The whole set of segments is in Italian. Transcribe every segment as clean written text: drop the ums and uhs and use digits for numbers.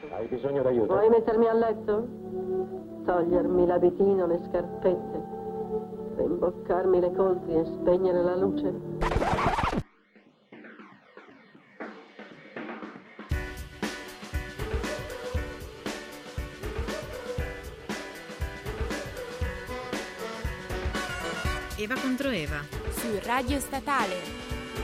letto. Hai bisogno d'aiuto? Vuoi mettermi a letto? Togliermi l'abitino, le scarpette, rimboccarmi le coltri e spegnere la luce? Eva contro Eva su Radio Statale.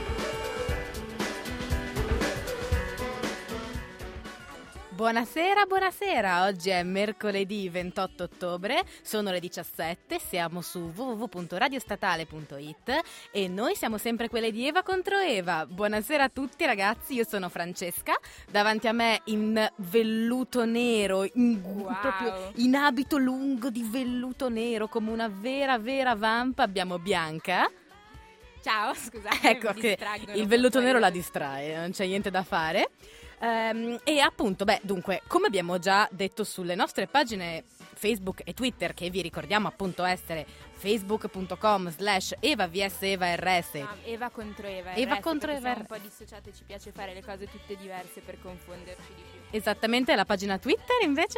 Buonasera, buonasera, oggi è mercoledì 28 ottobre, sono le 17, siamo su www.radiostatale.it e noi siamo sempre quelle di Eva contro Eva. Buonasera a tutti ragazzi, io sono Francesca, davanti a me in velluto nero, proprio in abito lungo di velluto nero come una vera vampa abbiamo Bianca. Ciao, scusate, ecco che il velluto nero la distrae, non c'è niente da fare. E appunto, dunque, come abbiamo già detto sulle nostre pagine Facebook e Twitter, che vi ricordiamo appunto essere facebook.com/EvaVSEvaRS. No, Eva contro Eva. Eva contro Eva. Siamo un po' dissociate, ci piace fare le cose tutte diverse per confonderci di più. Esattamente, la pagina Twitter invece?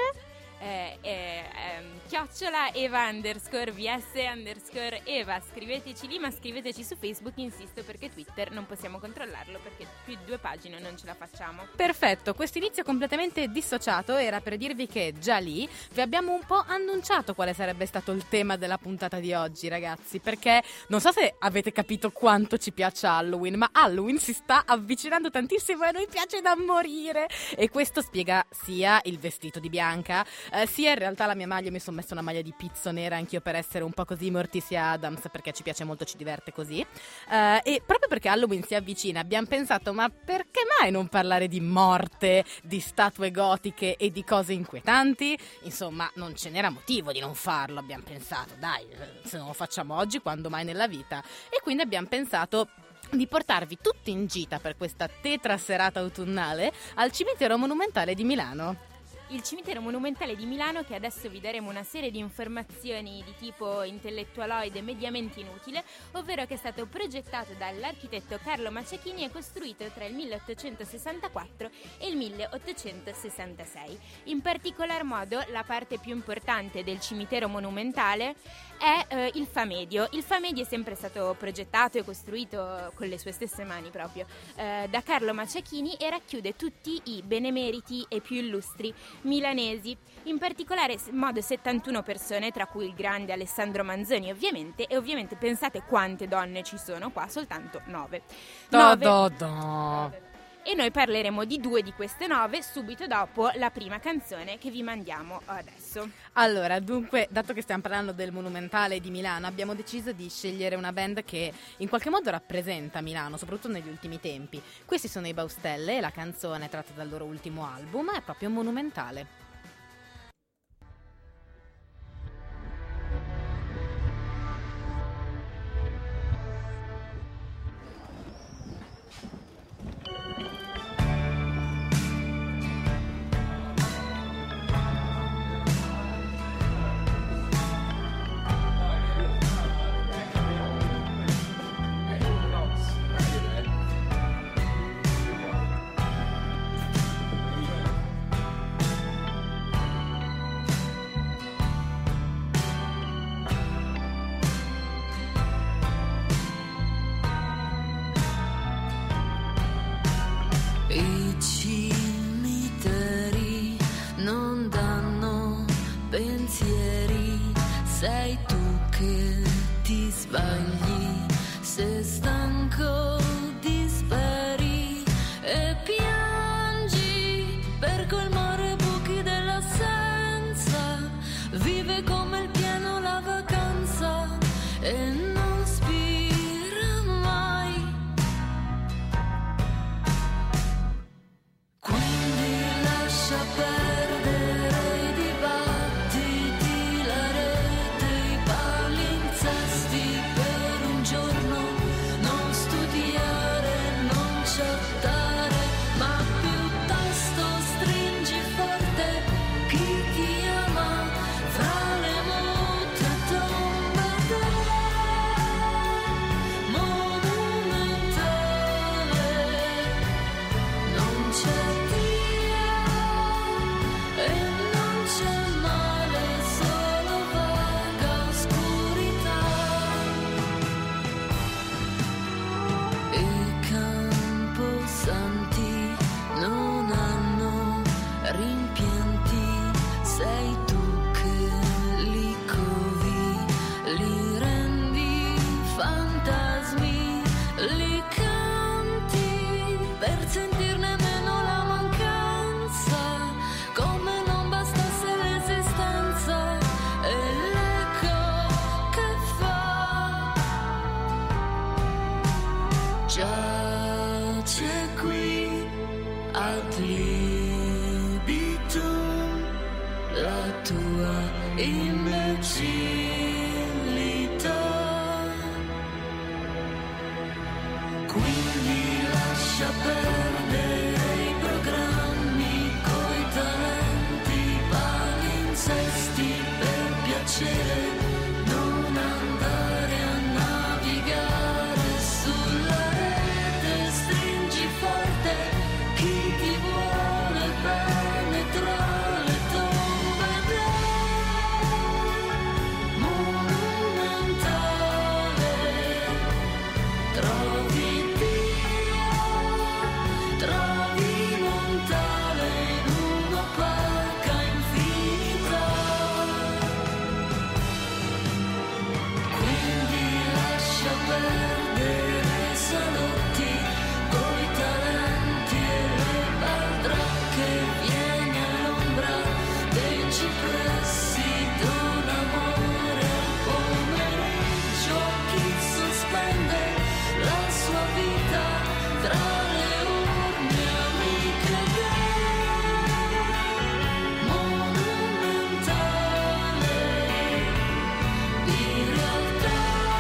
Chiocciola Eva _VS _Eva. Scriveteci lì, ma scriveteci su Facebook, insisto, perché Twitter non possiamo controllarlo perché più di 2 pagine non ce la facciamo. Perfetto, questo inizio completamente dissociato era per dirvi che già lì vi abbiamo un po' annunciato quale sarebbe stato il tema della puntata di oggi, ragazzi, perché non so se avete capito quanto ci piace Halloween, ma Halloween si sta avvicinando tantissimo e a noi piace da morire, e questo spiega sia il vestito di Bianca, sia in realtà la mia maglia. Mi sono messa una maglia di pizzo nera anch'io per essere un po' così Morticia Adams, perché ci piace molto, ci diverte così, e proprio perché Halloween si avvicina abbiamo pensato, ma perché mai non parlare di morte, di statue gotiche e di cose inquietanti? Insomma, non ce n'era motivo di non farlo, abbiamo pensato, dai, se non lo facciamo oggi, quando mai nella vita? E quindi abbiamo pensato di portarvi tutti in gita per questa tetra serata autunnale al cimitero monumentale di Milano. Il cimitero monumentale di Milano, che adesso vi daremo una serie di informazioni di tipo intellettualoide mediamente inutile, ovvero che è stato progettato dall'architetto Carlo Macciachini e costruito tra il 1864 e il 1866. In particolar modo la parte più importante del cimitero monumentale è il Famedio. Il Famedio è sempre stato progettato e costruito con le sue stesse mani proprio da Carlo Macciachini e racchiude tutti i benemeriti e più illustri milanesi, in particolare modo 71 persone, tra cui il grande Alessandro Manzoni ovviamente, e ovviamente pensate quante donne ci sono qua, soltanto 9. E noi parleremo di 2 di queste 9 subito dopo la prima canzone che vi mandiamo adesso. Allora, dunque, dato che stiamo parlando del Monumentale di Milano, abbiamo deciso di scegliere una band che in qualche modo rappresenta Milano, soprattutto negli ultimi tempi. Questi sono i Baustelle e la canzone tratta dal loro ultimo album è proprio Monumentale. I cimiteri non danno pensieri, sei tu che ti sbagli, se stanco disperi e piangi per quel mare buchi dell'assenza, vive come il pieno la vacanza e non spira mai. Quindi lascia perdere i dibattiti, la rete, i palinsesti per pace qui ad libitum, la tua imbecillità. Quindi lascia perdere i programmi coi talenti palinsesti per piacere, non andare a navigare sulla rete, stringi forte chi ti vuole bene tra le tombe monumentale, trovi montale in un'opaca infinità. Quindi lascia perdere i salotti coi talenti e le baldracche, vieni all'ombra dei cipressi d'un amore al pomeriggio a chi sospende la sua vita tra le urne amiche monumentale di realtà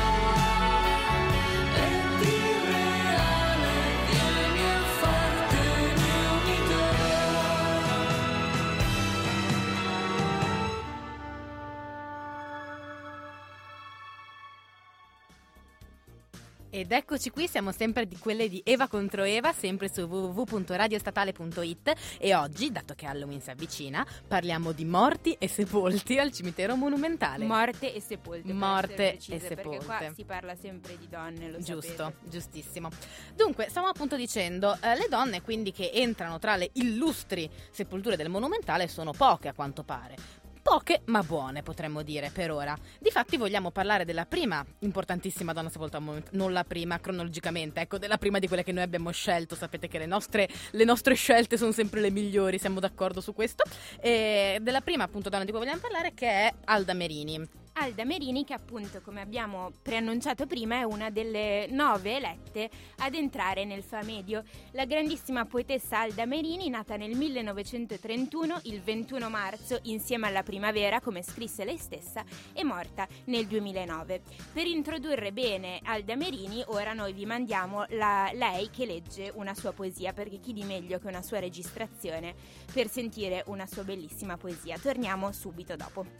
e di reale, vieni a fartene un'idea. Ed eccoci qui, siamo sempre di quelle di Eva contro Eva, sempre su www.radiostatale.it, e oggi, dato che Halloween si avvicina, parliamo di morti e sepolti al cimitero monumentale. Morte e sepolte. Morte per essere e precise, sepolte. Perché qua si parla sempre di donne, lo Giusto, sapete. giustissimo. Dunque, stavamo appunto dicendo, le donne quindi che entrano tra le illustri sepolture del monumentale sono poche a quanto pare. Poche ma buone, potremmo dire, per ora. Difatti vogliamo parlare della prima importantissima donna sepolta al monumentale, non la prima cronologicamente, ecco, della prima di quelle che noi abbiamo scelto. Sapete che le nostre scelte sono sempre le migliori, siamo d'accordo su questo. E della prima appunto donna di cui vogliamo parlare, che è Alda Merini. Alda Merini, che appunto, come abbiamo preannunciato prima, è una delle 9 elette ad entrare nel Famedio. La grandissima poetessa Alda Merini, nata nel 1931, il 21 marzo, insieme alla primavera, come scrisse lei stessa, è morta nel 2009. Per introdurre bene Alda Merini, ora noi vi mandiamo lei che legge una sua poesia, perché chi di meglio che una sua registrazione per sentire una sua bellissima poesia. Torniamo subito dopo.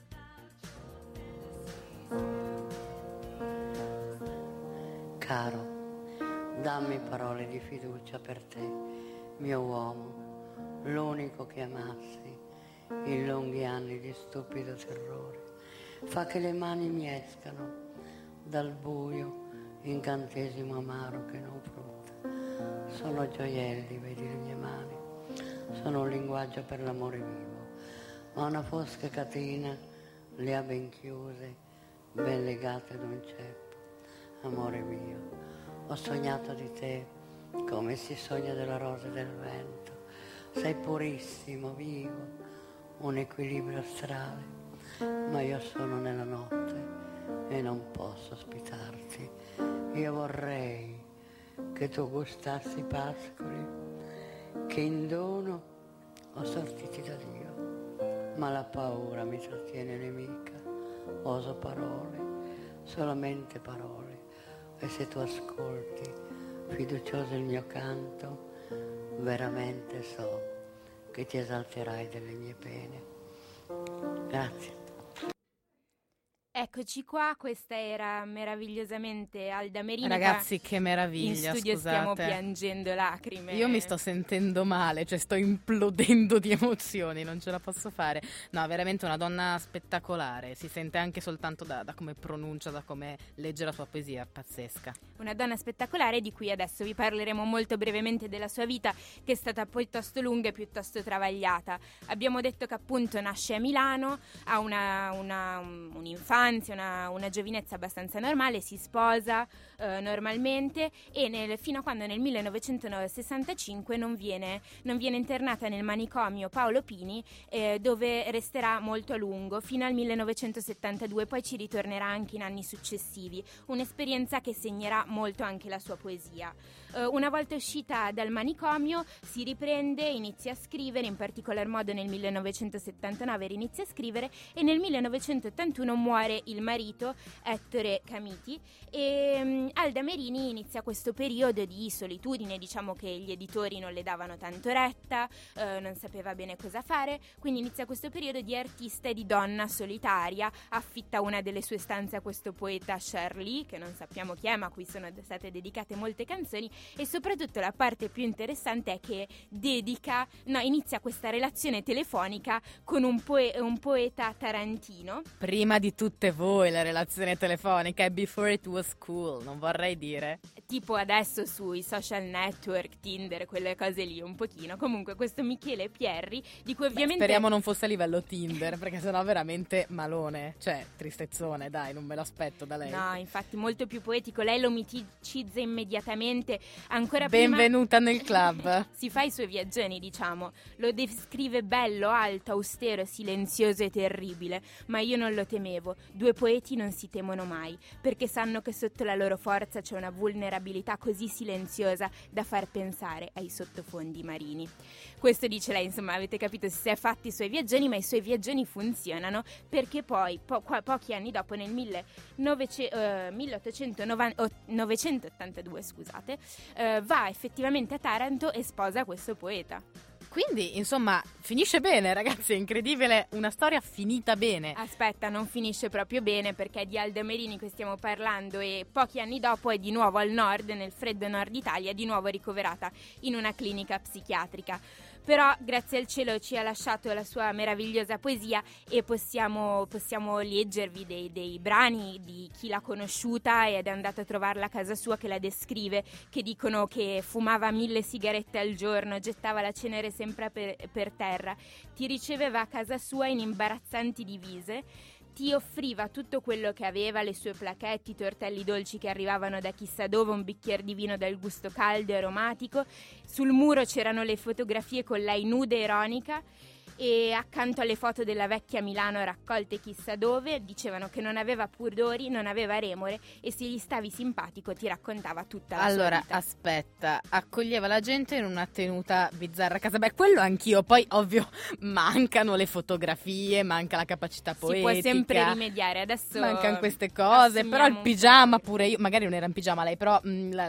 Caro, dammi parole di fiducia per te, mio uomo, l'unico che amassi in lunghi anni di stupido terrore. Fa che le mani mi escano dal buio, incantesimo amaro che non frutta. Sono gioielli, vedi le mie mani, sono un linguaggio per l'amore vivo, ma una fosca catena le ha ben chiuse, ben legate ad un ceppo. Amore mio, ho sognato di te come si sogna della rosa e del vento. Sei purissimo, vivo, un equilibrio astrale, ma io sono nella notte e non posso ospitarti. Io vorrei che tu gustassi i pascoli che in dono ho sortiti da Dio, ma la paura mi trattiene nemica. Oso parole, solamente parole, e se tu ascolti fiducioso il mio canto, veramente so che ti esalterai delle mie pene. Grazie. Eccoci qua, questa era meravigliosamente Alda Merini. Ragazzi, che meraviglia, in studio scusate. stiamo piangendo lacrime. Io mi sto sentendo male, cioè sto implodendo di emozioni, non ce la posso fare. No, veramente una donna spettacolare, si sente anche soltanto da come pronuncia, da come legge la sua poesia, pazzesca. Una donna spettacolare di cui adesso vi parleremo molto brevemente della sua vita, che è stata piuttosto lunga e piuttosto travagliata. Abbiamo detto che appunto nasce a Milano, ha un'infanzia infanzia, una giovinezza abbastanza normale, si sposa normalmente e fino a quando nel 1965 non viene internata nel manicomio Paolo Pini, dove resterà molto a lungo, fino al 1972, poi ci ritornerà anche in anni successivi, un'esperienza che segnerà molto anche la sua poesia. Una volta uscita dal manicomio si riprende, inizia a scrivere, in particolar modo nel 1979 inizia a scrivere, e nel 1981 muore il marito Ettore Camiti, e Alda Merini inizia questo periodo di solitudine, diciamo che gli editori non le davano tanto retta, non sapeva bene cosa fare, quindi inizia questo periodo di artista e di donna solitaria, affitta una delle sue stanze a questo poeta Shirley, che non sappiamo chi è, ma a cui sono state dedicate molte canzoni, e soprattutto la parte più interessante è che inizia questa relazione telefonica con un poeta tarantino. Prima di tutte voi la relazione telefonica, è before it was cool, non vorrei dire. Tipo adesso sui social network, Tinder, quelle cose lì un pochino. Comunque questo Michele Pierri, di cui ovviamente... speriamo non fosse a livello Tinder, perché sennò veramente malone, cioè tristezzone, dai, non me lo aspetto da lei. No, infatti molto più poetico, lei lo miticizza immediatamente, ancora benvenuta nel club. Si fa i suoi viaggioni, diciamo, lo descrive bello, alto, austero, silenzioso e terribile, ma io non lo temevo. Due poeti non si temono mai, perché sanno che sotto la loro forza c'è una vulnerabilità così silenziosa da far pensare ai sottofondi marini. Questo dice lei, insomma, avete capito, si è fatti i suoi viaggioni, ma i suoi viaggioni funzionano perché poi, pochi anni dopo, nel 1982, scusate, va effettivamente a Taranto e sposa questo poeta. Quindi, insomma, finisce bene, ragazzi, è incredibile, una storia finita bene. Aspetta, non finisce proprio bene, perché è di Alda Merini che stiamo parlando, e pochi anni dopo è di nuovo al nord, nel freddo nord Italia, di nuovo ricoverata in una clinica psichiatrica. Però grazie al cielo ci ha lasciato la sua meravigliosa poesia, e possiamo leggervi dei brani di chi l'ha conosciuta ed è andato a trovarla a casa sua, che la descrive, che dicono che fumava 1000 sigarette al giorno, gettava la cenere sempre per terra, ti riceveva a casa sua in imbarazzanti divise, ti offriva tutto quello che aveva, le sue plaquette, i tortelli dolci che arrivavano da chissà dove, un bicchiere di vino dal gusto caldo e aromatico. Sul muro c'erano le fotografie con lei nuda e ironica, e accanto alle foto della vecchia Milano raccolte chissà dove dicevano che non aveva pudori, non aveva remore, e se gli stavi simpatico ti raccontava tutta la sua vita. Allora, aspetta, accoglieva la gente in una tenuta bizzarra a casa. Beh, quello anch'io, poi ovvio mancano le fotografie, manca la capacità poetica. Si può sempre rimediare, adesso mancano queste cose, però il pigiama pure io, magari non era in pigiama lei, però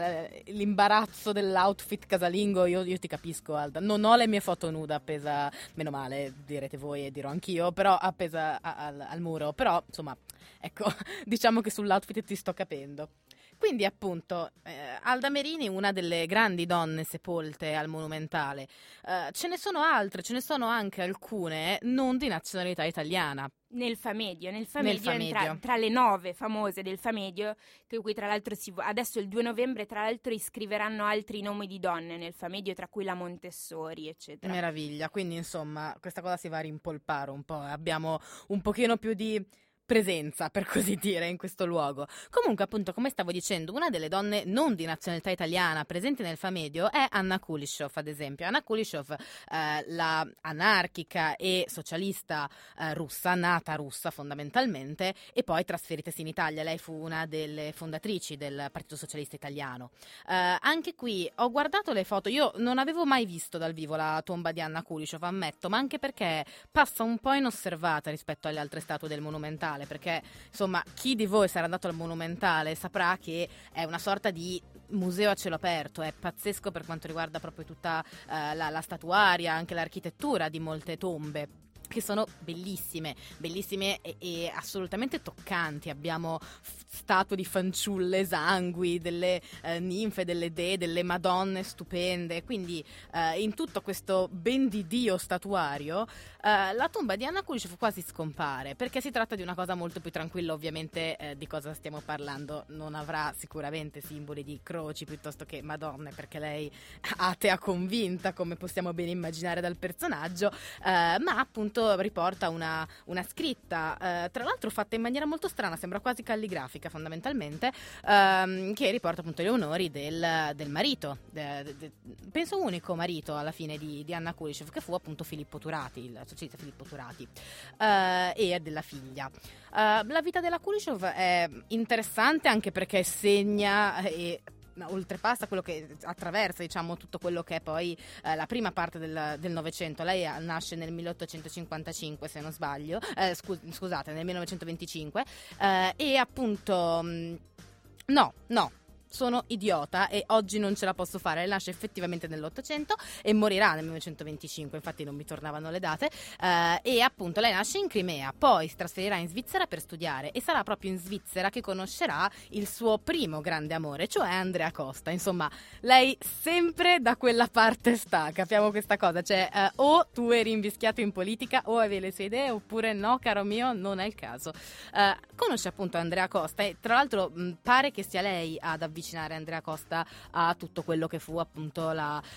l'imbarazzo dell'outfit casalingo, io ti capisco, Alda. Non ho le mie foto nuda appesa, meno male, direte voi e dirò anch'io, però appesa al muro, però insomma, ecco, diciamo che sull'outfit ti sto capendo. Quindi appunto Alda Merini, una delle grandi donne sepolte al Monumentale. Ce ne sono altre, ce ne sono anche alcune non di nazionalità italiana. Nel Famedio. Tra le 9 famose del Famedio, che qui tra l'altro adesso il 2 novembre tra l'altro iscriveranno altri nomi di donne nel Famedio, tra cui la Montessori, eccetera. Meraviglia, quindi insomma questa cosa si va a rimpolpare un po', abbiamo un pochino più di presenza, per così dire, in questo luogo. Comunque, appunto, come stavo dicendo, una delle donne non di nazionalità italiana presenti nel Famedio è Anna Kulishov, ad esempio. Anna Kulishov, la anarchica e socialista russa, nata russa fondamentalmente, e poi trasferitasi in Italia. Lei fu una delle fondatrici del Partito Socialista Italiano. Anche qui ho guardato le foto, io non avevo mai visto dal vivo la tomba di Anna Kulishov, ammetto, ma anche perché passa un po' inosservata rispetto alle altre statue del Monumentale, perché insomma chi di voi sarà andato al Monumentale saprà che è una sorta di museo a cielo aperto, è pazzesco per quanto riguarda proprio tutta la statuaria, anche l'architettura di molte tombe, che sono bellissime e assolutamente toccanti. Abbiamo statue di fanciulle esangui, delle ninfe, delle dee, delle madonne stupende, quindi in tutto questo ben di Dio statuario la tomba di Anna Kulishov quasi scompare, perché si tratta di una cosa molto più tranquilla. Ovviamente di cosa stiamo parlando? Non avrà sicuramente simboli di croci piuttosto che madonne, perché lei atea convinta, come possiamo ben immaginare dal personaggio, ma appunto appunto riporta una scritta, tra l'altro fatta in maniera molto strana, sembra quasi calligrafica fondamentalmente, che riporta appunto gli onori del marito, penso unico marito alla fine di Anna Kuliscev, che fu appunto Filippo Turati, il socialista Filippo Turati, e della figlia. La vita della Kuliscev è interessante anche perché segna e oltrepassa quello che attraversa, diciamo, tutto quello che è poi la prima parte del Novecento. Lei nasce nel 1855, se non sbaglio, scusate, nel 1925, e appunto no, sono idiota e oggi non ce la posso fare. Lei nasce effettivamente nell'800 e morirà nel 1925, infatti non mi tornavano le date, e appunto lei nasce in Crimea, poi si trasferirà in Svizzera per studiare e sarà proprio in Svizzera che conoscerà il suo primo grande amore, cioè Andrea Costa. Insomma, lei sempre da quella parte sta, capiamo questa cosa, cioè o tu eri invischiato in politica o avevi le sue idee, oppure no, caro mio, non è il caso. Conosce appunto Andrea Costa e tra l'altro pare che sia lei ad avvicinare Andrea Costa a tutto quello che fu appunto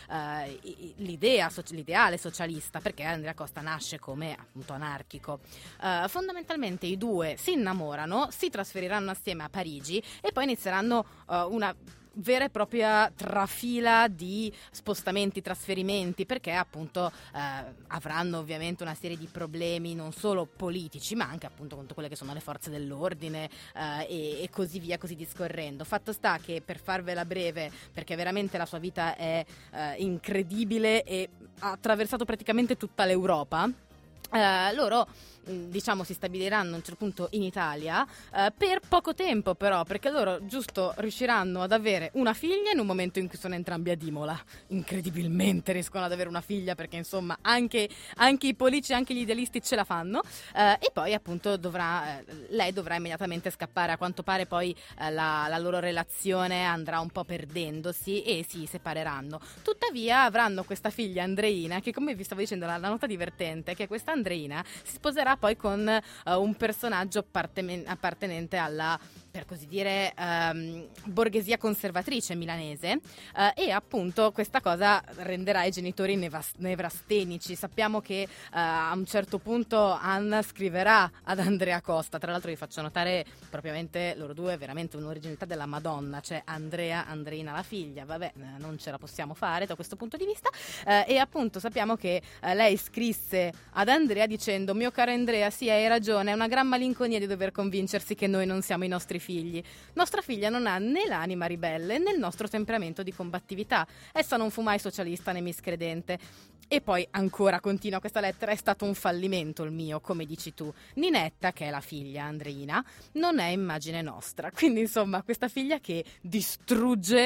l'ideale socialista, perché Andrea Costa nasce come appunto anarchico. Fondamentalmente i due si innamorano, si trasferiranno assieme a Parigi e poi inizieranno una vera e propria trafila di spostamenti, trasferimenti, perché appunto avranno ovviamente una serie di problemi non solo politici ma anche appunto con quelle che sono le forze dell'ordine e così via, così discorrendo. Fatto sta che, per farvela breve, perché veramente la sua vita è incredibile e ha attraversato praticamente tutta l'Europa, loro diciamo si stabiliranno a un certo punto in Italia per poco tempo, però, perché loro giusto riusciranno ad avere una figlia in un momento in cui sono entrambi ad Imola. Incredibilmente riescono ad avere una figlia, perché insomma anche i politici, anche gli idealisti ce la fanno, e poi appunto lei dovrà immediatamente scappare. A quanto pare poi la loro relazione andrà un po' perdendosi e si separeranno. Tuttavia avranno questa figlia Andreina, che, come vi stavo dicendo, la nota divertente è che questa Andreina si sposerà poi con un personaggio appartenente alla, per così dire, borghesia conservatrice milanese, e appunto questa cosa renderà i genitori nevrastenici. Sappiamo che a un certo punto Anna scriverà ad Andrea Costa, tra l'altro vi faccio notare propriamente loro due, veramente un'originalità della Madonna, cioè Andreina la figlia, vabbè, non ce la possiamo fare da questo punto di vista, e appunto sappiamo che lei scrisse ad Andrea dicendo: mio caro Andrea, sì, hai ragione, è una gran malinconia di dover convincersi che noi non siamo i nostri figli. Nostra figlia non ha né l'anima ribelle né il nostro temperamento di combattività. Essa non fu mai socialista né miscredente. E poi ancora continua questa lettera: è stato un fallimento il mio, come dici tu. Ninetta, che è la figlia Andreina, non è immagine nostra. Quindi insomma questa figlia che distrugge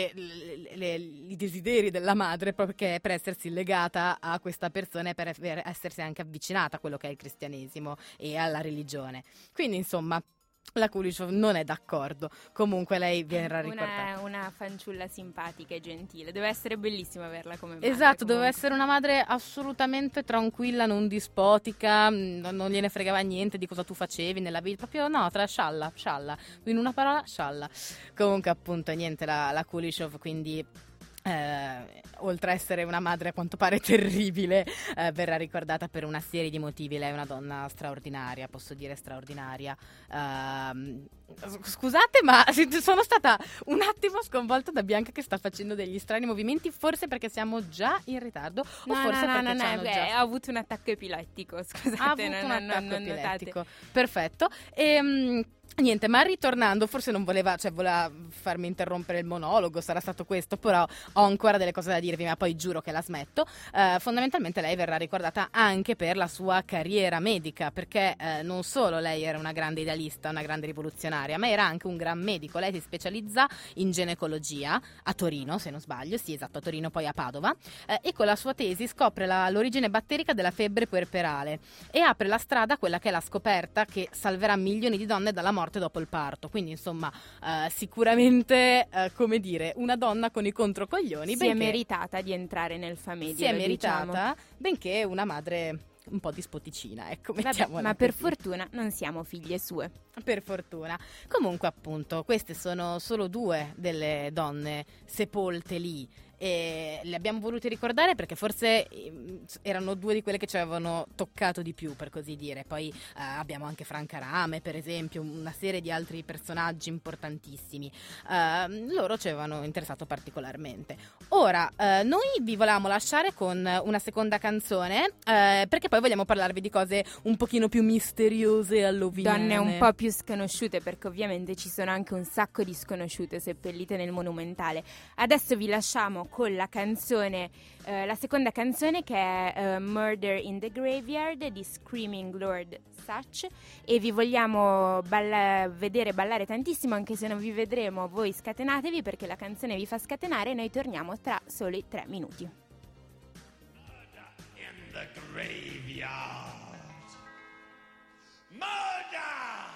i desideri della madre, proprio per essersi legata a questa persona e per essersi anche avvicinata a quello che è il cristianesimo e alla religione. Quindi insomma la Kuliscev non è d'accordo. Comunque lei verrà ricordata una fanciulla simpatica e gentile. Deve essere bellissima averla come madre. Esatto, deve essere una madre assolutamente tranquilla, non dispotica, non gliene fregava niente di cosa tu facevi nella vita, proprio no, scialla, in una parola scialla. Comunque appunto niente, la Kuliscev quindi oltre a essere una madre a quanto pare terribile, verrà ricordata per una serie di motivi. Lei è una donna straordinaria, posso dire straordinaria. Scusate, ma sono stata un attimo sconvolta da Bianca, che sta facendo degli strani movimenti, forse perché siamo già in ritardo, o forse perché ci hanno già... ha avuto un attacco epilettico, scusate. Ha avuto un attacco epilettico, perfetto. Niente, ma ritornando, forse voleva farmi interrompere il monologo, sarà stato questo, però ho ancora delle cose da dirvi, ma poi giuro che la smetto. Fondamentalmente lei verrà ricordata anche per la sua carriera medica, perché non solo lei era una grande idealista, una grande rivoluzionaria, ma era anche un gran medico. Lei si specializza in ginecologia a Torino, se non sbaglio, sì esatto, a Torino, poi a Padova, e con la sua tesi scopre l'origine batterica della febbre puerperale e apre la strada a quella che è la scoperta che salverà milioni di donne dalla morte dopo il parto. Quindi insomma sicuramente come dire, una donna con i controcoglioni, si è meritata di entrare nel Famedio, si è meritata, benché una madre un po' dispoticina, ecco, mettiamola ma così. per fortuna non siamo figlie sue. Per fortuna. Comunque appunto queste sono solo due delle donne sepolte lì, e le abbiamo volute ricordare perché forse erano due di quelle che ci avevano toccato di più, per così dire. Poi abbiamo anche Franca Rame, per esempio, una serie di altri personaggi importantissimi. Loro ci avevano interessato particolarmente. Ora, noi vi volevamo lasciare con una seconda canzone, perché poi vogliamo parlarvi di cose un pochino più misteriose e halloweeniane. Donne un po' più sconosciute, perché ovviamente ci sono anche un sacco di sconosciute seppellite nel Monumentale. Adesso vi lasciamo con la canzone, la seconda canzone, che è Murder in the Graveyard di Screaming Lord Sutch, e vi vogliamo vedere ballare tantissimo, anche se non vi vedremo. Voi scatenatevi, perché la canzone vi fa scatenare, e noi torniamo tra soli 3 minuti. In the graveyard. Murder!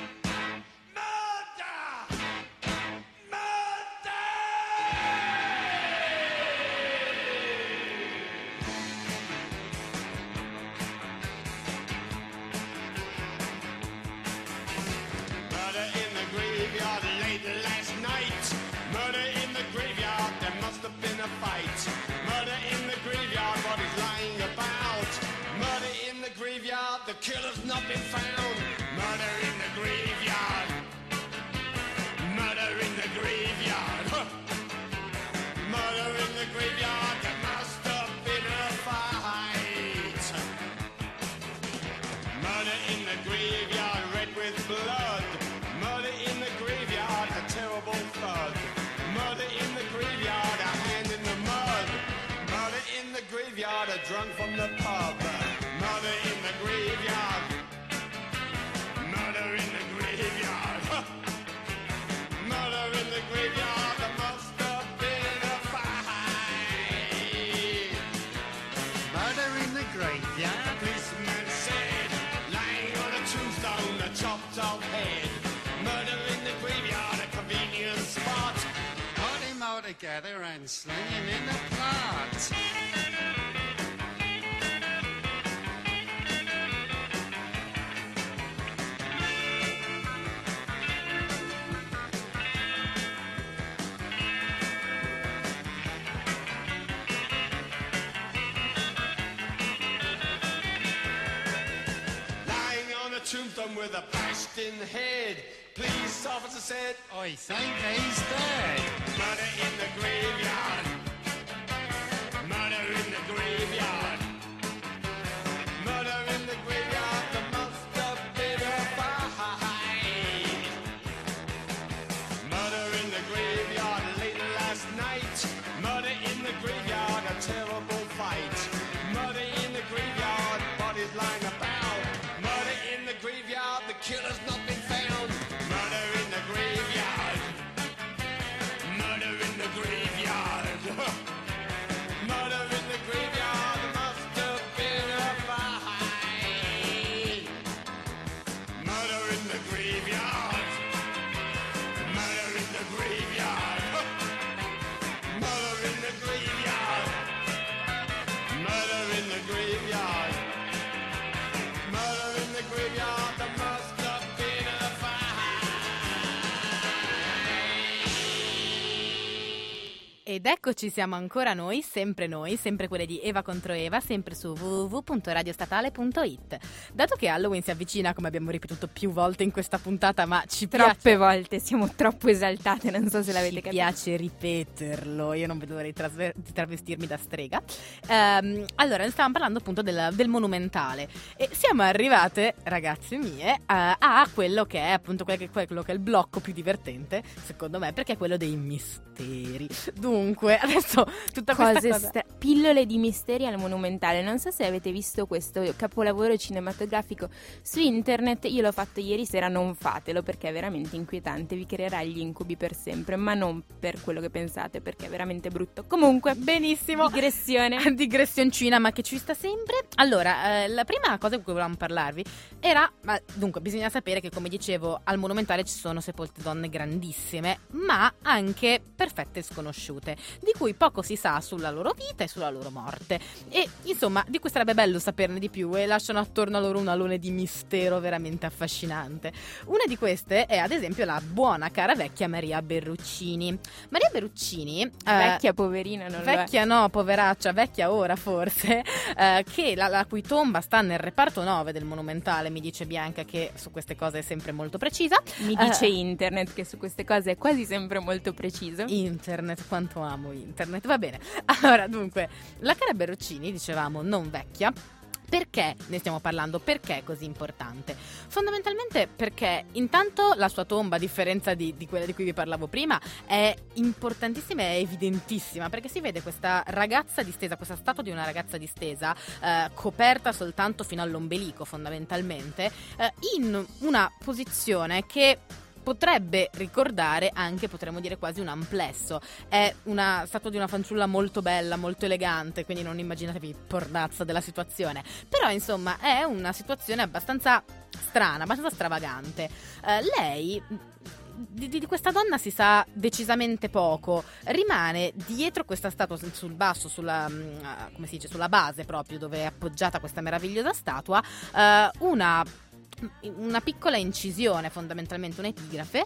The killer's not been found. Murder in the graveyard. Murder in the graveyard. Huh. Murder in the graveyard. There must have been a fight. Murder in the graveyard, red with blood. Murder in the graveyard, a terrible thud. Murder in the graveyard, a hand in the mud. Murder in the graveyard, a drunk from the pub. Murder in the graveyard. Murder in the graveyard. Huh. Murder in the graveyard. There must have been a fight. Murder in the graveyard. The policeman said, lying on a tombstone, a chopped off head. Murder in the graveyard, a convenient spot. Put him all together and sling him in the plot. Tombstone with a bashed in head. Police officer said, I think he's dead. Murder in the graveyard. Murder in the graveyard. Murder in the graveyard. There must have been a fight. Murder in the graveyard late last night. Murder in the graveyard, a terrible fight. Murder in the graveyard, bodies lying about. Graveyard, the killer's not been found. Murder in the graveyard. Murder in the graveyard. Murder in the graveyard. There must have been a fight. Murder in the graveyard. Murder in the graveyard. Murder in the graveyard. Murder in the graveyard. Murder in the graveyard, there must have been a fight. Ed eccoci, siamo ancora noi, sempre quelle di Eva contro Eva, sempre su www.radiostatale.it. Dato che Halloween si avvicina, come abbiamo ripetuto più volte in questa puntata, ma ci troppe volte, siamo troppo esaltate, non so se l'avete capito. Ci piace ripeterlo, io non vedo l'ora di travestirmi da strega. Allora, stavamo parlando appunto del Monumentale e siamo arrivate, ragazze mie, a quello che è appunto quello che è il blocco più divertente, secondo me, perché è quello dei misteri. Dunque, adesso tutta questa cosa... pillole di misteri al Monumentale. Non so se avete visto questo capolavoro cinematografico su internet. Io l'ho fatto ieri sera, non fatelo perché è veramente inquietante, vi creerà gli incubi per sempre, ma non per quello che pensate, perché è veramente brutto. Comunque, benissimo, digressioncina, ma che ci sta sempre. Allora, la prima cosa di cui volevamo parlarvi era, dunque, bisogna sapere che, come dicevo, al Monumentale ci sono sepolte donne grandissime, ma anche perfette sconosciute. di cui poco si sa sulla loro vita e sulla loro morte. E insomma, di cui sarebbe bello saperne di più, e lasciano attorno a loro un alone di mistero veramente affascinante. Una di queste è ad esempio la buona cara vecchia Maria Berruccini. Maria Berruccini, Vecchia, poverina, non lo è. vecchia no, poveraccia, vecchia ora forse, che la cui tomba sta nel reparto 9 del Monumentale, mi dice Bianca, che su queste cose è sempre molto precisa. Mi dice internet che su queste cose è quasi sempre molto preciso. Internet, quanto amo internet, va bene. Allora, dunque, la cara Berruccini, dicevamo, non vecchia. Perché ne stiamo parlando? Perché è così importante? Fondamentalmente perché intanto la sua tomba, a differenza di quella di cui vi parlavo prima, è importantissima e evidentissima, perché si vede questa ragazza distesa, questa statua di una ragazza distesa, coperta soltanto fino all'ombelico fondamentalmente, in una posizione che potrebbe ricordare anche, potremmo dire, quasi un amplesso. È una statua di una fanciulla molto bella, molto elegante, quindi non immaginatevi il pornazzo della situazione. Però insomma è una situazione abbastanza strana, abbastanza stravagante. Lei... Di questa donna si sa decisamente poco. Rimane dietro questa statua, sul basso, sulla, come si dice, sulla base proprio dove è appoggiata questa meravigliosa statua, una piccola incisione, fondamentalmente un'epigrafe,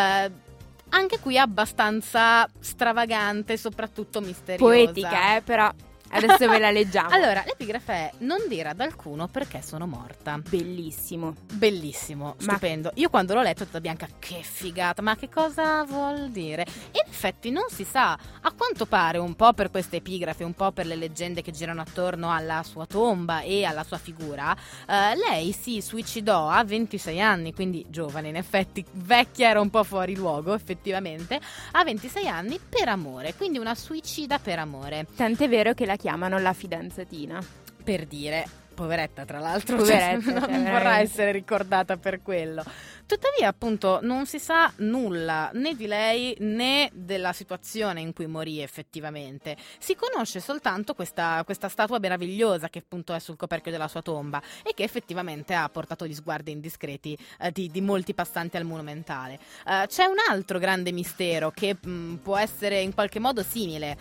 anche qui abbastanza stravagante, soprattutto misteriosa. Poetica, però adesso ve la leggiamo. Allora, l'epigrafe è: non dire ad alcuno perché sono morta. Bellissimo. Bellissimo, stupendo. Io quando l'ho letto, tutta Bianca, che figata, ma che cosa vuol dire? E in effetti non si sa. A quanto pare, un po' per queste epigrafe, un po' per le leggende che girano attorno alla sua tomba e alla sua figura, lei si suicidò a 26 anni, quindi giovane in effetti, vecchia era un po' fuori luogo effettivamente, a 26 anni per amore, quindi una suicida per amore. Tant'è vero che la chiamano la fidanzatina. Per dire, poveretta tra l'altro, Poveretta, non vorrà veramente. essere ricordata per quello. Tuttavia, appunto, non si sa nulla né di lei né della situazione in cui morì effettivamente. Si conosce soltanto questa statua meravigliosa che appunto è sul coperchio della sua tomba e che effettivamente ha portato gli sguardi indiscreti di molti passanti al Monumentale. C'è un altro grande mistero che può essere in qualche modo simile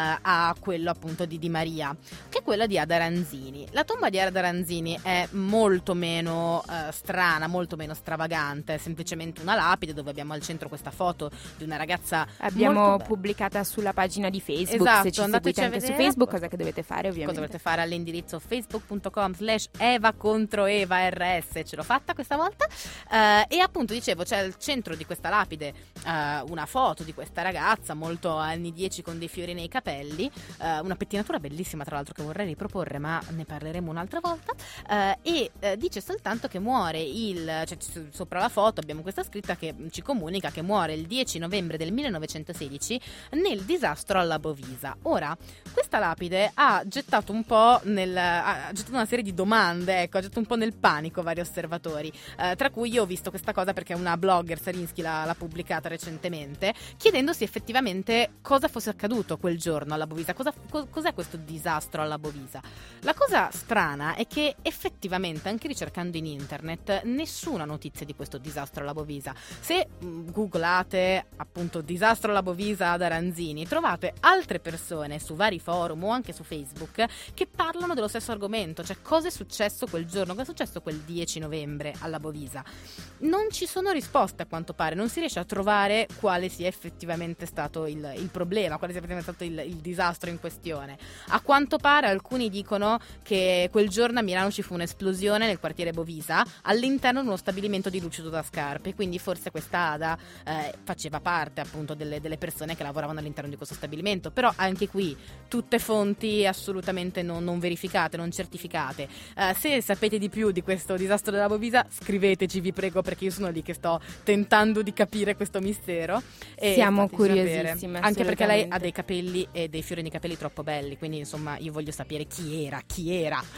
a quello appunto di Maria, che è quello di Ada Ranzini. La tomba di Ada Ranzini è molto meno strana, molto meno stravagante. È semplicemente una lapide dove abbiamo al centro questa foto di una ragazza Abbiamo molto bella. pubblicata sulla pagina di Facebook. Esatto, Se ci andateci seguite a anche su vedere. Facebook, cosa che dovete fare ovviamente? Cosa dovete fare all'indirizzo facebook.com/Eva contro Eva RS. Ce l'ho fatta questa volta. E appunto dicevo, c'è al centro di questa lapide una foto di questa ragazza molto anni 10 con dei fiori nei capelli, una pettinatura bellissima tra l'altro che vorrei riproporre, ma ne parleremo un'altra volta. E dice soltanto che muore sopra la foto abbiamo questa scritta che ci comunica che muore il 10 novembre del 1916 nel disastro alla Bovisa. Ora, questa lapide ha gettato un po' ha gettato una serie di domande, ecco, ha gettato un po' nel panico vari osservatori, tra cui io ho visto questa cosa perché una blogger, Sarinsky, l'ha pubblicata recentemente, chiedendosi effettivamente cosa fosse accaduto quel giorno alla Bovisa, cos'è questo disastro alla Bovisa. La cosa strana è che effettivamente, anche ricercando in internet, nessuna notizia di questo disastro alla Bovisa. Se googlate appunto disastro alla Bovisa Ada Ranzini, trovate altre persone su vari forum o anche su Facebook che parlano dello stesso argomento, cioè cosa è successo quel giorno, cosa è successo quel 10 novembre alla Bovisa. Non ci sono risposte a quanto pare, non si riesce a trovare quale sia effettivamente stato il problema, quale sia effettivamente stato il disastro in questione. A quanto pare alcuni dicono che quel giorno a Milano ci fu un'esplosione nel quartiere Bovisa all'interno di uno stabilimento di lucido da scarpe, quindi forse questa Ada faceva parte appunto delle persone che lavoravano all'interno di questo stabilimento, però anche qui tutte fonti assolutamente non verificate, non certificate. Se sapete di più di questo disastro della Bovisa, scriveteci, vi prego, perché io sono lì che sto tentando di capire questo mistero e Siamo fateci curiosissime, sapere. Anche perché lei assolutamente. ha dei capelli e dei fiori nei capelli troppo belli, quindi insomma io voglio sapere chi era.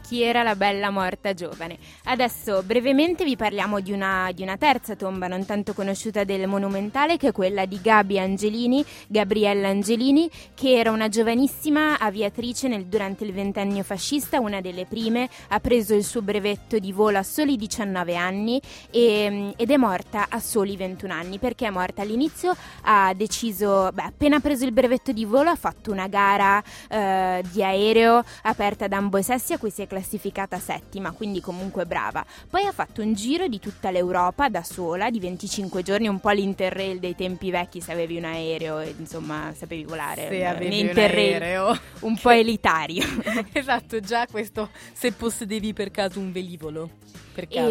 chi era la bella morta giovane. Adesso brevemente vi parliamo di una terza tomba non tanto conosciuta del Monumentale, che è quella di Gabriella Angelini, che era una giovanissima aviatrice durante il ventennio fascista, una delle prime, ha preso il suo brevetto di volo a soli 19 anni ed è morta a soli 21 anni. Perché è morta? All'inizio ha deciso, appena preso il brevetto di volo ha fatto una gara di aereo aperta da ambo i sessi, a cui si è classificata settima, quindi comunque brava. Poi ha fatto un giro di tutta l'Europa da sola, di 25 giorni, un po' l'Interrail dei tempi vecchi, se avevi un aereo e insomma sapevi volare. Se avevi un Interrail aereo. un po' elitario. Esatto, già questo, se possedevi per caso un velivolo. Per caso.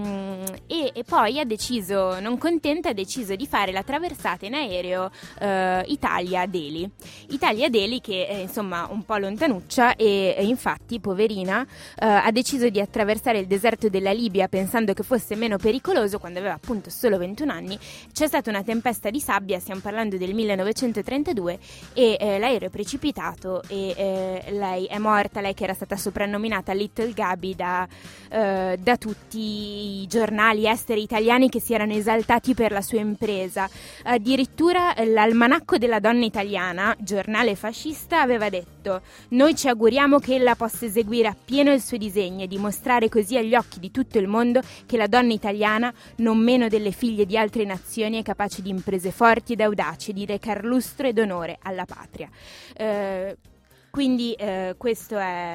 E poi ha deciso, non contenta, ha deciso di fare la traversata in aereo Italia-Delhi. Italia-Delhi che è insomma un po' lontanuccia e infatti, poverina, ha deciso di attraversare il deserto della Libia pensando che fosse meno pericoloso, quando aveva appunto solo 21 anni. C'è stata una tempesta di sabbia, stiamo parlando del 1932, e l'aereo è precipitato e lei è morta, lei che era stata soprannominata Little Gabi da tutti i giornali esteri italiani che si erano esaltati per la sua impresa. Addirittura l'Almanacco della Donna Italiana, giornale fascista, aveva detto: noi ci auguriamo che ella possa eseguire appieno il suo disegno e dimostrare così agli occhi di tutto il mondo che la donna italiana, non meno delle figlie di altre nazioni, è capace di imprese forti ed audaci, di recar lustro ed onore alla patria. Quindi questa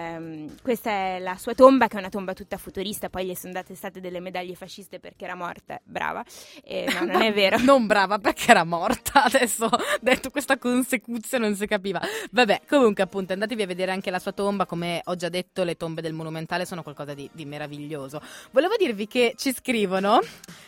è la sua tomba, che è una tomba tutta futurista. Poi gli sono date state delle medaglie fasciste perché era morta, brava. No, non è vero. Non brava perché era morta. Adesso, detto questa consecuzione, non si capiva. Vabbè, comunque appunto andatevi a vedere anche la sua tomba. Come ho già detto, le tombe del Monumentale sono qualcosa di meraviglioso. Volevo dirvi che ci scrivono,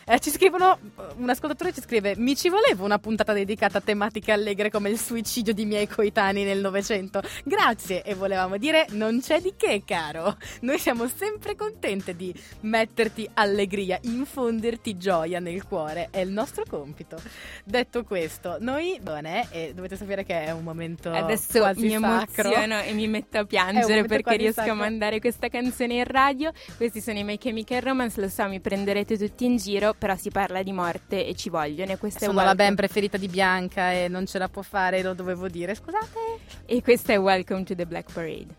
un ascoltatore ci scrive: mi ci voleva una puntata dedicata a tematiche allegre come il suicidio di miei coetanei nel Novecento. Grazie, e volevamo dire non c'è di che, caro. Noi siamo sempre contente di metterti allegria, infonderti gioia nel cuore, è il nostro compito. Detto questo, noi e dovete sapere che è un momento adesso quasi mi sacro. Emoziono e mi metto a piangere perché riesco a mandare questa canzone in radio. Questi sono i My Chemical Romance, lo so, mi prenderete tutti in giro, però si parla di morte e ci vogliono, e questa sono è la band preferita di Bianca e non ce la può fare, lo dovevo dire, scusate. E questa è Welcome to the Black Parade.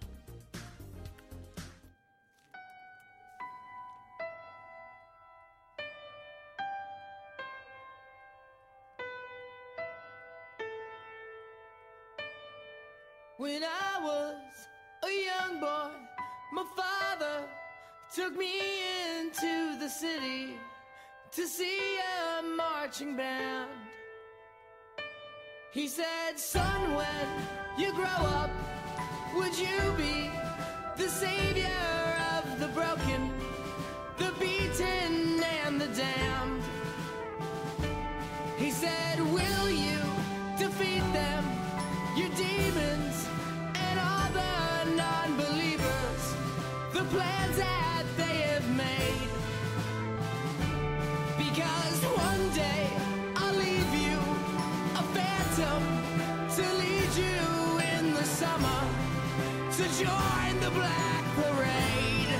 When I was a young boy, my father took me into the city to see a marching band. He said, son, when you grow up, would you be the savior of the broken, the beaten and the damned? He said, will you defeat them, your demons and all the non-believers, the plans that they have made? Because one day I'll leave you a phantom to lead you in the summer to join the Black Parade.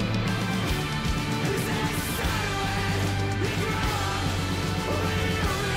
He said, son, when you grow up,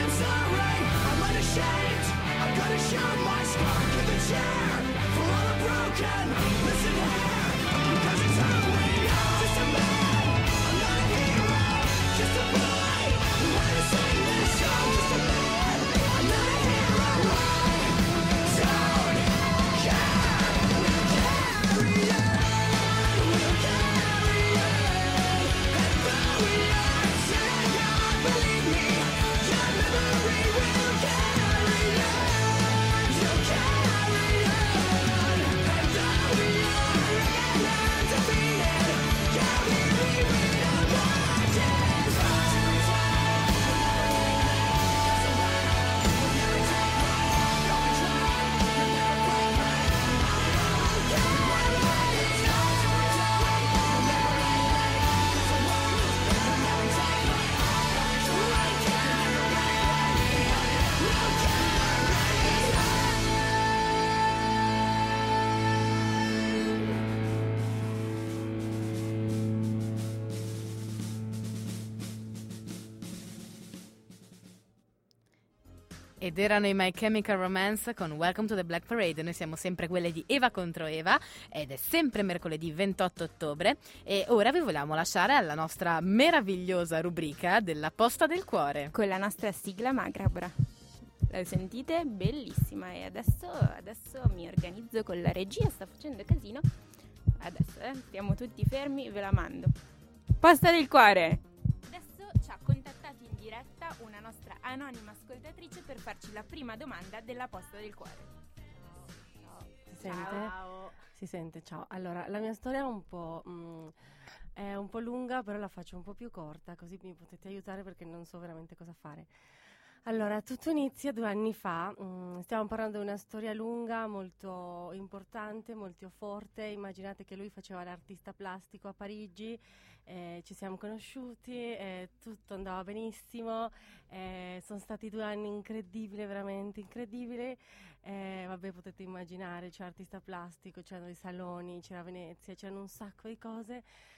I'm sorry, I'm unashamed. I'm gonna show my scar in the chair for all the broken. Listen here, because it's who we are. Just a man, I'm not a hero. Just a boy who had to sing this song. Just a man, I'm not a hero. I don't care. We'll carry on. We'll carry on. And though we are sad, God, believe me, your memory will carry on. You'll carry on. And though we are again undefeated, your memory will watch us fall. Ed erano i My Chemical Romance con Welcome to the Black Parade. Noi siamo sempre quelle di Eva contro Eva ed è sempre mercoledì 28 ottobre e ora vi vogliamo lasciare alla nostra meravigliosa rubrica della Posta del Cuore. Con la nostra sigla macabra. La sentite? Bellissima. E adesso mi organizzo con la regia, sta facendo casino. Adesso stiamo tutti fermi, ve la mando. Posta del Cuore! Adesso ci ha contattato in diretta una nostra anonima ascoltatrice per farci la prima domanda della Posta del Cuore. Si sente? Si sente, ciao. Allora, la mia storia è un po' lunga, però la faccio un po' più corta, così mi potete aiutare perché non so veramente cosa fare. Allora, tutto inizia 2 anni fa, stiamo parlando di una storia lunga, molto importante, molto forte. Immaginate che lui faceva l'artista plastico a Parigi, ci siamo conosciuti, tutto andava benissimo, sono stati 2 anni incredibili, veramente incredibili. Vabbè, potete immaginare, c'era artista plastico, c'erano i saloni, c'era Venezia, c'erano un sacco di cose.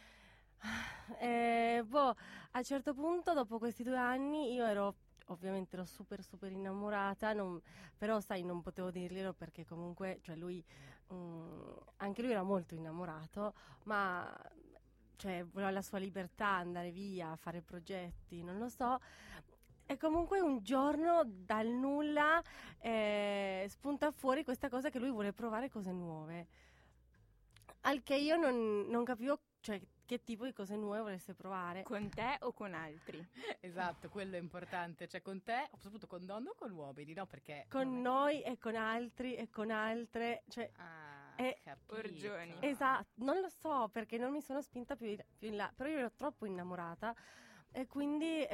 A un certo punto, dopo questi 2 anni, io ovviamente ero super innamorata, però sai, non potevo dirglielo perché comunque, cioè lui, anche lui era molto innamorato, ma cioè voleva la sua libertà, andare via, fare progetti, non lo so. E comunque un giorno dal nulla spunta fuori questa cosa che lui vuole provare cose nuove. Al che io non capivo, cioè, che tipo di cose nuove volesse provare. Con te o con altri? Esatto, quello è importante, cioè con te, soprattutto con donne o con uomini, no? Perché Con noi e con altri e con altre, cioè... capito. Orgioni. Esatto, non lo so perché non mi sono spinta più in là, però io ero troppo innamorata e quindi,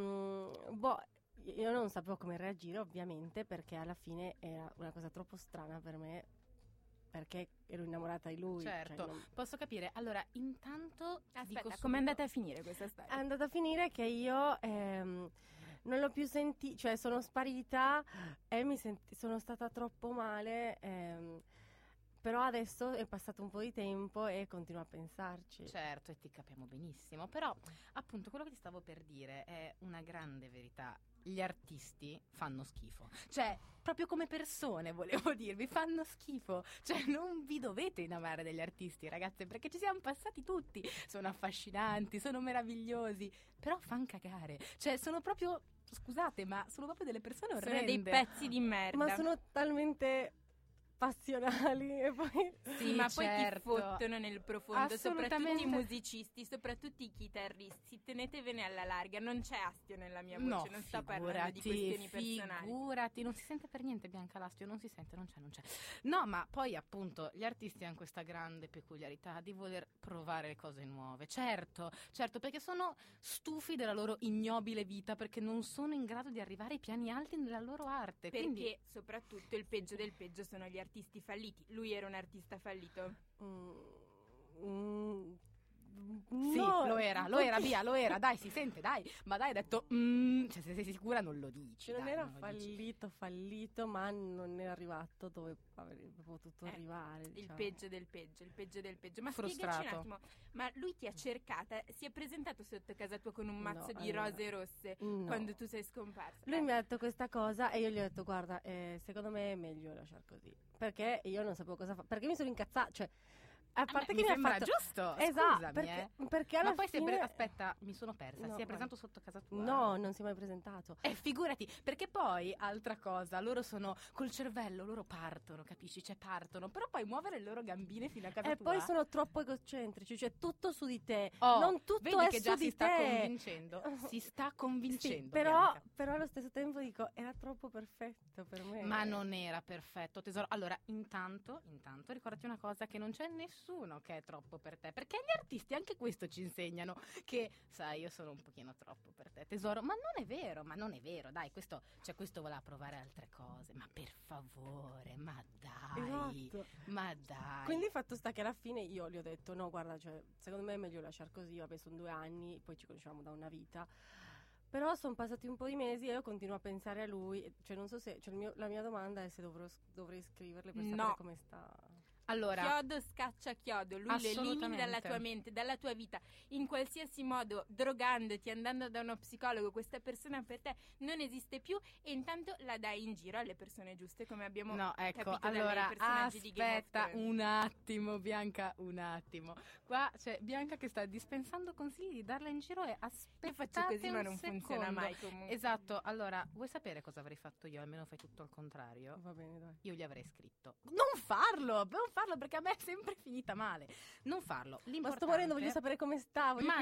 io non sapevo come reagire ovviamente perché alla fine era una cosa troppo strana per me. Perché ero innamorata di lui. Certo, cioè posso capire. Allora, intanto Aspetta, com'è andata a finire questa storia? è andata a finire che io non l'ho più sentita, cioè sono sparita e sono stata troppo male, però adesso è passato un po' di tempo e continuo a pensarci. Certo, e ti capiamo benissimo, però appunto quello che ti stavo per dire è una grande verità. Gli artisti fanno schifo, cioè proprio come persone volevo dirvi, fanno schifo, cioè non vi dovete innamorare degli artisti, ragazze, perché ci siamo passati tutti, sono affascinanti, sono meravigliosi, però fan cagare, cioè sono proprio, scusate, ma sono proprio delle persone orrende. Sono dei pezzi di merda. Ma sono talmente passionali e poi Sì, ma certo. poi ti fottono nel profondo, soprattutto Assolutamente. i musicisti, soprattutto i chitarristi. Tenetevene alla larga, non c'è astio nella mia voce, No, non sto parlando di questioni personali. Figurati, non si sente per niente Bianca Lastio, non si sente, non c'è. No, ma poi appunto gli artisti hanno questa grande peculiarità di voler provare le cose nuove. Certo, perché sono stufi della loro ignobile vita, perché non sono in grado di arrivare ai piani alti nella loro arte. Perché Quindi soprattutto il peggio del peggio sono gli artisti falliti. Lui era un artista fallito? Sì, no, lo era, via, lo era, dai, si sente, dai. Ma dai, ha detto, cioè se sei sicura non lo dici. Non dai, era non lo dici. fallito, ma non era arrivato dove avrebbe potuto arrivare. Il diciamo. peggio del peggio, il peggio del peggio. Ma Frustrato. spiegaci un attimo, ma lui ti ha cercata, si è presentato sotto casa tua con un mazzo No, di allora, rose rosse no. quando tu sei scomparsa? Lui mi ha detto questa cosa e io gli ho detto guarda, secondo me è meglio lasciare così, perché io non sapevo cosa fare, perché mi sono incazzata, cioè a parte mi che mi ha sembra fatto giusto, esatto, scusami, perché alla Ma poi fine aspetta, mi sono persa, No, si è presentato sotto casa tua? no, non si è mai presentato. Figurati, perché poi, altra cosa, loro sono col cervello, loro partono, capisci? Cioè partono, però poi muovere le loro gambine fino a casa E tua. poi sono troppo egocentrici, cioè tutto su di te, Oh, non tutto vedi è che su già di si sta te. convincendo, si sta convincendo, Sì, però Bianca. allo stesso tempo dico era troppo perfetto per me. Ma non era perfetto, tesoro. Allora, intanto, ricordati una cosa, che non c'è nessuno che è troppo per te, perché gli artisti anche questo ci insegnano, che, sai, io sono un pochino troppo per te, tesoro, ma non è vero, dai, questo voleva provare altre cose, ma per favore, ma dai, Esatto. ma dai. Quindi fatto sta che alla fine io gli ho detto no guarda, cioè, secondo me è meglio lasciare così, vabbè sono 2 anni, poi ci conosciamo da una vita, però sono passati un po' di mesi e io continuo a pensare a lui, cioè non so se, cioè, la mia domanda è se dovrei scriverle per sapere come sta. Allora, Chiodo scaccia chiodo, lui lo elimini Assolutamente. dalla tua mente, dalla tua vita, in qualsiasi modo, drogandoti, andando da uno psicologo, questa persona per te non esiste più e intanto la dai in giro alle persone giuste, come abbiamo no, ecco, capito allora, dai personaggi di Game of aspetta Thrones. un attimo, Bianca, un attimo. Qua c'è Bianca che sta dispensando consigli di darla in giro e aspettate Io faccio così ma un non secondo. funziona mai comunque. Esatto, allora, vuoi sapere cosa avrei fatto io? Almeno fai tutto al contrario. Va bene, dai. Io gli avrei scritto non farlo perché a me è sempre finita male. Non farlo. Ma sto morendo, voglio sapere come sta. Ma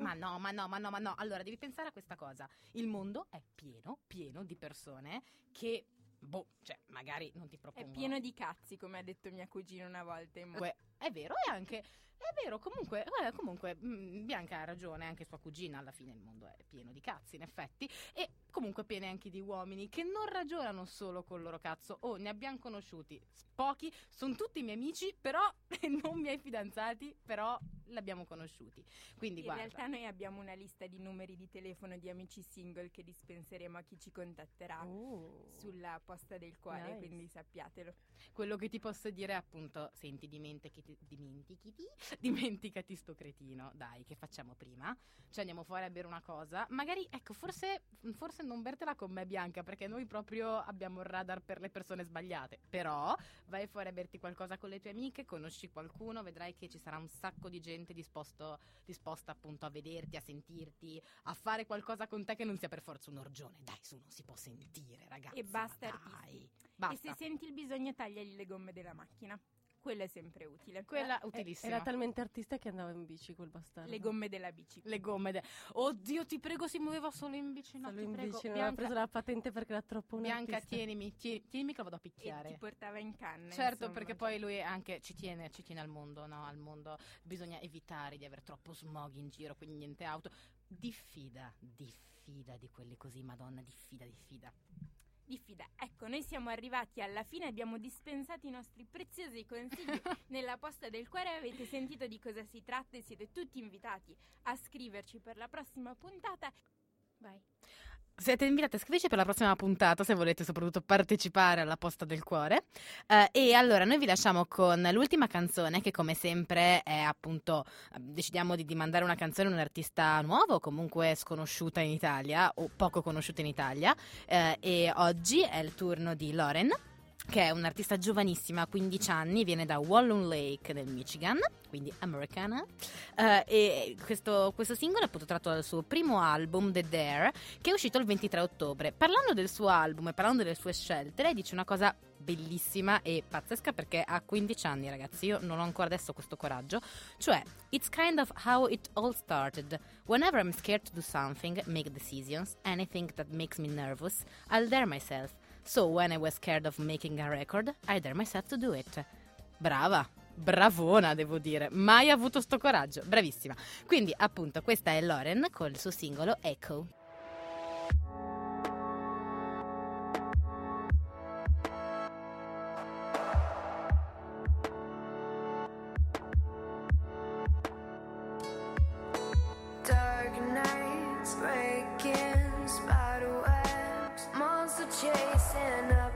no. Allora, devi pensare a questa cosa. Il mondo è pieno di persone che, cioè, magari non ti È propongono. pieno di cazzi, come ha detto mia cugina una volta. È vero, è vero, comunque, guarda, comunque Bianca ha ragione, anche sua cugina, alla fine il mondo è pieno di cazzi, in effetti, e comunque pieno anche di uomini che non ragionano solo col loro cazzo. Ne abbiamo conosciuti pochi, sono tutti miei amici, però non miei fidanzati, però l'abbiamo conosciuti. Quindi In guarda, realtà noi abbiamo una lista di numeri di telefono di amici single che dispenseremo a chi ci contatterà sulla posta del cuore, Nice. quindi sappiatelo. quello che ti posso dire è appunto, senti, dimenticati sto cretino, dai, che facciamo prima? Cioè andiamo fuori a bere una cosa, magari, ecco, forse non bertela con me, Bianca, perché noi proprio abbiamo il radar per le persone sbagliate, però vai fuori a berti qualcosa con le tue amiche, conosci qualcuno, vedrai che ci sarà un sacco di gente disposta appunto a vederti, a sentirti, a fare qualcosa con te che non sia per forza un orgione. Dai, su, non si può sentire, ragazzi. E basta, ma artisti. dai, basta. E se senti il bisogno, tagliagli le gomme della macchina. Quello è sempre utile. Quella utilissima. Era talmente artista che andava in bici quel bastardo. Le gomme della bici. Le gomme. Oddio, ti prego, si muoveva solo in bici. No, Solo ti in prego. bici, non aveva preso la patente perché era troppo un Bianca, artista. tienimi che lo vado a E picchiare. ti portava in canna. Certo, insomma. perché poi lui anche ci tiene al mondo, no? Al mondo bisogna evitare di avere troppo smog in giro, quindi niente auto. Diffida di quelli così, madonna, diffida. Diffida. Ecco, noi siamo arrivati alla fine, abbiamo dispensato i nostri preziosi consigli nella posta del cuore, avete sentito di cosa si tratta e siete tutti invitati a scriverci per la prossima puntata. Vai. Siete invitati a scriverci per la prossima puntata se volete soprattutto partecipare alla posta del cuore. E allora noi vi lasciamo con l'ultima canzone che come sempre è appunto, decidiamo di mandare una canzone a un artista nuovo, comunque sconosciuta in Italia o poco conosciuta in Italia, e oggi è il turno di Lauren, che è un'artista giovanissima, 15 anni, viene da Walloon Lake nel Michigan, quindi americana, e questo singolo è appunto tratto dal suo primo album, The Dare, che è uscito il 23 ottobre. Parlando del suo album e parlando delle sue scelte, lei dice una cosa bellissima e pazzesca perché ha 15 anni, ragazzi, io non ho ancora adesso questo coraggio, cioè it's kind of how it all started. Whenever I'm scared to do something, make decisions, anything that makes me nervous, I'll dare myself. So when I was scared of making a record, I dare myself to do it. Brava, bravona devo dire, mai avuto sto coraggio, bravissima. Quindi appunto questa è Lauren col suo singolo Echo. chasing up